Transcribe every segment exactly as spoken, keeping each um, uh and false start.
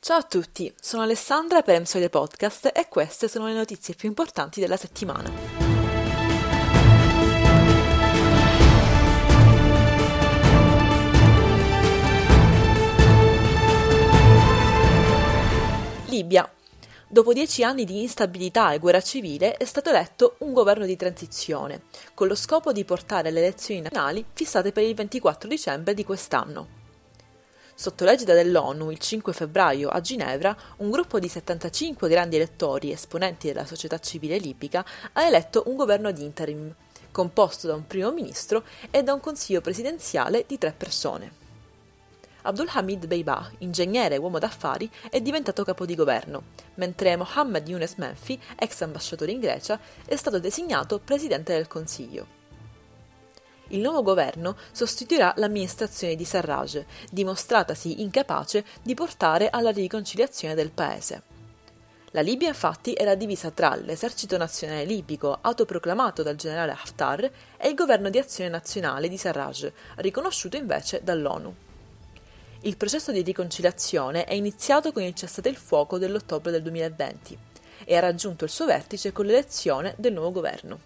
Ciao a tutti, sono Alessandra per Emsoide Podcast e queste sono le notizie più importanti della settimana. Libia. Dopo dieci anni di instabilità e guerra civile è stato eletto un governo di transizione, con lo scopo di portare le elezioni nazionali fissate per il ventiquattro dicembre di quest'anno. Sotto l'egida dell'ONU, il cinque febbraio a Ginevra, un gruppo di settantacinque grandi elettori esponenti della società civile libica ha eletto un governo ad interim, composto da un primo ministro e da un consiglio presidenziale di tre persone. Abdulhamid Dbeibah, ingegnere e uomo d'affari, è diventato capo di governo, mentre Mohammed Younes Menfi, ex ambasciatore in Grecia, è stato designato presidente del Consiglio. Il nuovo governo sostituirà l'amministrazione di Sarraj, dimostratasi incapace di portare alla riconciliazione del paese. La Libia infatti era divisa tra l'esercito nazionale libico autoproclamato dal generale Haftar e il governo di azione nazionale di Sarraj, riconosciuto invece dall'ONU. Il processo di riconciliazione è iniziato con il cessate il fuoco dell'ottobre del duemilaventi e ha raggiunto il suo vertice con l'elezione del nuovo governo.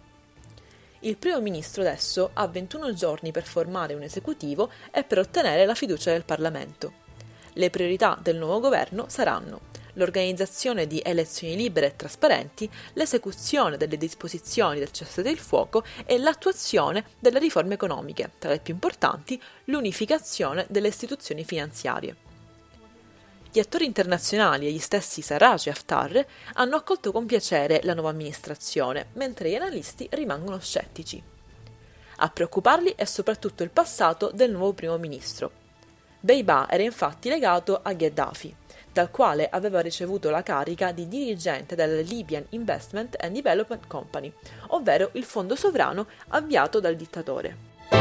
Il primo ministro adesso ha ventuno giorni per formare un esecutivo e per ottenere la fiducia del Parlamento. Le priorità del nuovo governo saranno l'organizzazione di elezioni libere e trasparenti, l'esecuzione delle disposizioni del cessate il fuoco e l'attuazione delle riforme economiche, tra le più importanti l'unificazione delle istituzioni finanziarie. Gli attori internazionali e gli stessi Sarraj e Haftar hanno accolto con piacere la nuova amministrazione, mentre gli analisti rimangono scettici. A preoccuparli è soprattutto il passato del nuovo primo ministro. Dbeibah era infatti legato a Gheddafi, dal quale aveva ricevuto la carica di dirigente della Libyan Investment and Development Company, ovvero il fondo sovrano avviato dal dittatore.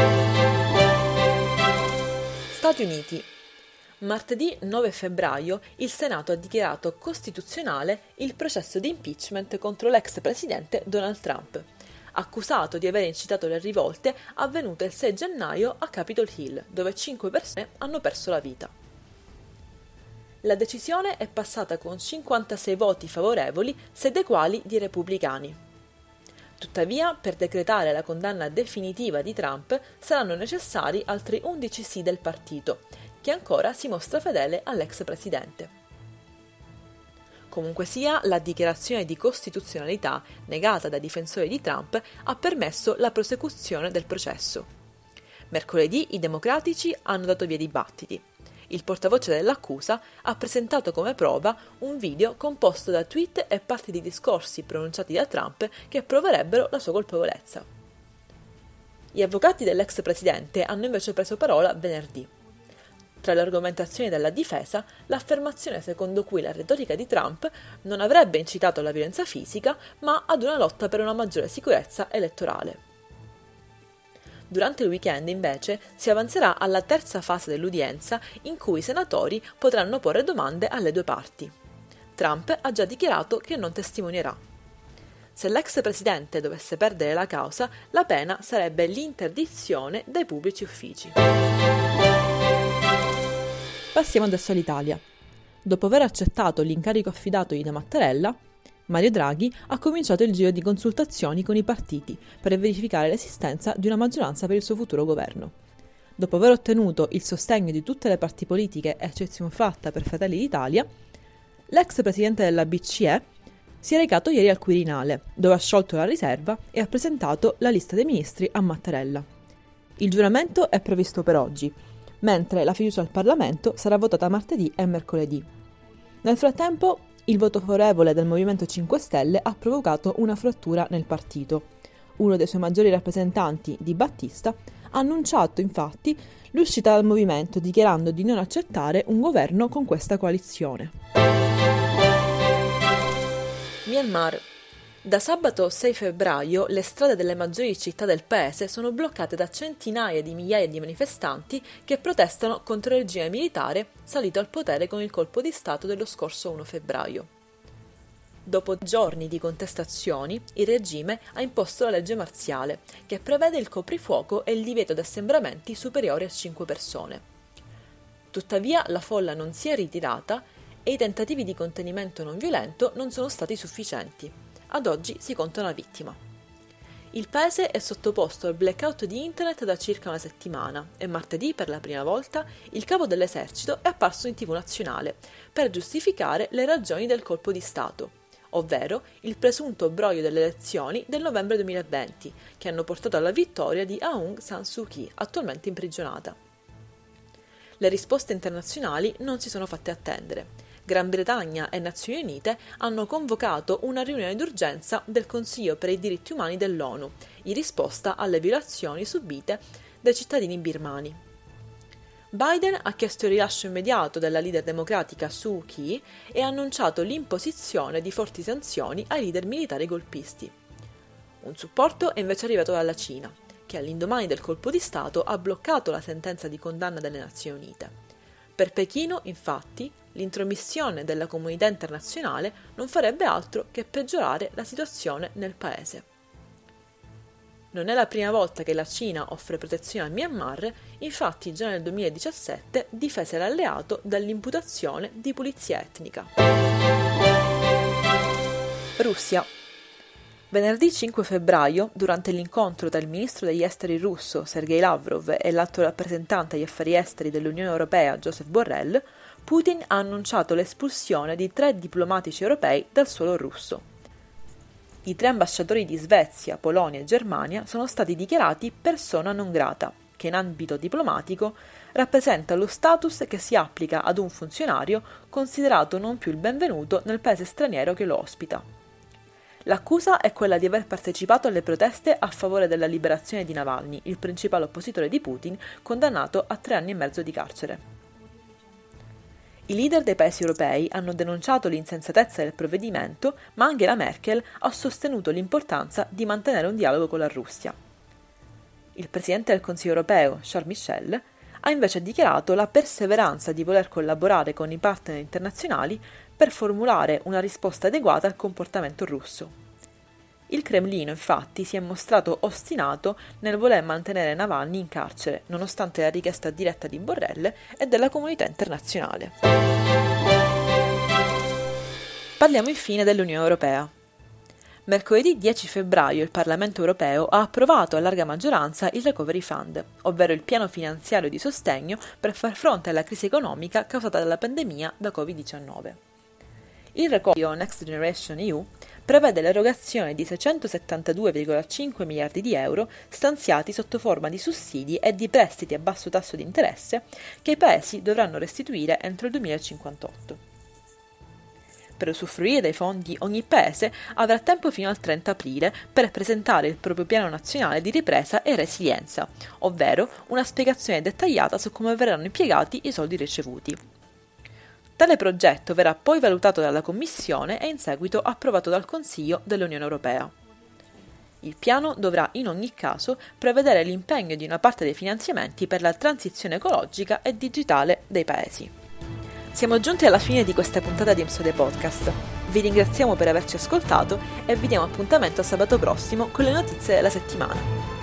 Stati Uniti. Martedì nove febbraio il Senato ha dichiarato costituzionale il processo di impeachment contro l'ex presidente Donald Trump, accusato di aver incitato le rivolte avvenute il sei gennaio a Capitol Hill, dove cinque persone hanno perso la vita. La decisione è passata con cinquantasei voti favorevoli, sei dei quali di repubblicani. Tuttavia, per decretare la condanna definitiva di Trump saranno necessari altri undici sì del partito, che ancora si mostra fedele all'ex presidente. Comunque sia, la dichiarazione di costituzionalità negata dai difensori di Trump ha permesso la prosecuzione del processo. Mercoledì i democratici hanno dato via ai dibattiti. Il portavoce dell'accusa ha presentato come prova un video composto da tweet e parti di discorsi pronunciati da Trump che proverebbero la sua colpevolezza. Gli avvocati dell'ex presidente hanno invece preso parola venerdì. Tra le argomentazioni della difesa, l'affermazione secondo cui la retorica di Trump non avrebbe incitato alla violenza fisica, ma ad una lotta per una maggiore sicurezza elettorale. Durante il weekend, invece, si avanzerà alla terza fase dell'udienza in cui i senatori potranno porre domande alle due parti. Trump ha già dichiarato che non testimonierà. Se l'ex presidente dovesse perdere la causa, la pena sarebbe l'interdizione dai pubblici uffici. Passiamo adesso all'Italia. Dopo aver accettato l'incarico affidatogli da Mattarella, Mario Draghi ha cominciato il giro di consultazioni con i partiti per verificare l'esistenza di una maggioranza per il suo futuro governo. Dopo aver ottenuto il sostegno di tutte le parti politiche, eccezione fatta per Fratelli d'Italia, l'ex presidente della B C E si è recato ieri al Quirinale, dove ha sciolto la riserva e ha presentato la lista dei ministri a Mattarella. Il giuramento è previsto per oggi, mentre la fiducia al Parlamento sarà votata martedì e mercoledì. Nel frattempo, il voto favorevole del Movimento cinque Stelle ha provocato una frattura nel partito. Uno dei suoi maggiori rappresentanti, Di Battista, ha annunciato infatti l'uscita dal movimento, dichiarando di non accettare un governo con questa coalizione. Myanmar. Da sabato sei febbraio le strade delle maggiori città del paese sono bloccate da centinaia di migliaia di manifestanti che protestano contro il regime militare salito al potere con il colpo di Stato dello scorso primo febbraio. Dopo giorni di contestazioni, il regime ha imposto la legge marziale, che prevede il coprifuoco e il divieto di assembramenti superiori a cinque persone. Tuttavia la folla non si è ritirata e i tentativi di contenimento non violento non sono stati sufficienti. Ad oggi si conta una vittima. Il paese è sottoposto al blackout di internet da circa una settimana e martedì, per la prima volta, il capo dell'esercito è apparso in tivù nazionale per giustificare le ragioni del colpo di Stato, ovvero il presunto broglio delle elezioni del novembre duemilaventi, che hanno portato alla vittoria di Aung San Suu Kyi, attualmente imprigionata. Le risposte internazionali non si sono fatte attendere. Gran Bretagna e Nazioni Unite hanno convocato una riunione d'urgenza del Consiglio per i diritti umani dell'ONU, in risposta alle violazioni subite dai cittadini birmani. Biden ha chiesto il rilascio immediato della leader democratica Suu Kyi e ha annunciato l'imposizione di forti sanzioni ai leader militari golpisti. Un supporto è invece arrivato dalla Cina, che all'indomani del colpo di Stato ha bloccato la sentenza di condanna delle Nazioni Unite. Per Pechino, infatti, l'intromissione della comunità internazionale non farebbe altro che peggiorare la situazione nel paese. Non è la prima volta che la Cina offre protezione al Myanmar, infatti già nel duemiladiciassette difese l'alleato dall'imputazione di pulizia etnica. Russia. Venerdì cinque febbraio, durante l'incontro tra il ministro degli esteri russo Sergei Lavrov e l'alto rappresentante agli affari esteri dell'Unione Europea Josep Borrell, Putin ha annunciato l'espulsione di tre diplomatici europei dal suolo russo. I tre ambasciatori di Svezia, Polonia e Germania sono stati dichiarati persona non grata, che in ambito diplomatico rappresenta lo status che si applica ad un funzionario considerato non più il benvenuto nel paese straniero che lo ospita. L'accusa è quella di aver partecipato alle proteste a favore della liberazione di Navalny, il principale oppositore di Putin, condannato a tre anni e mezzo di carcere. I leader dei paesi europei hanno denunciato l'insensatezza del provvedimento, ma Angela Merkel ha sostenuto l'importanza di mantenere un dialogo con la Russia. Il presidente del Consiglio europeo, Charles Michel, ha invece dichiarato la perseveranza di voler collaborare con i partner internazionali per formulare una risposta adeguata al comportamento russo. Il Cremlino, infatti, si è mostrato ostinato nel voler mantenere Navalny in carcere, nonostante la richiesta diretta di Borrell e della comunità internazionale. Parliamo infine dell'Unione Europea. Mercoledì dieci febbraio il Parlamento europeo ha approvato a larga maggioranza il Recovery Fund, ovvero il piano finanziario di sostegno per far fronte alla crisi economica causata dalla pandemia da covid diciannove. Il Recovery Next Generation E U prevede l'erogazione di seicentosettantadue virgola cinque miliardi di euro stanziati sotto forma di sussidi e di prestiti a basso tasso di interesse che i paesi dovranno restituire entro il duemilacinquantotto. Per usufruire dei fondi ogni paese avrà tempo fino al trenta aprile per presentare il proprio piano nazionale di ripresa e resilienza, ovvero una spiegazione dettagliata su come verranno impiegati i soldi ricevuti. Tale progetto verrà poi valutato dalla Commissione e in seguito approvato dal Consiglio dell'Unione Europea. Il piano dovrà in ogni caso prevedere l'impegno di una parte dei finanziamenti per la transizione ecologica e digitale dei paesi. Siamo giunti alla fine di questa puntata di Emsode Podcast. Vi ringraziamo per averci ascoltato e vi diamo appuntamento a sabato prossimo con le notizie della settimana.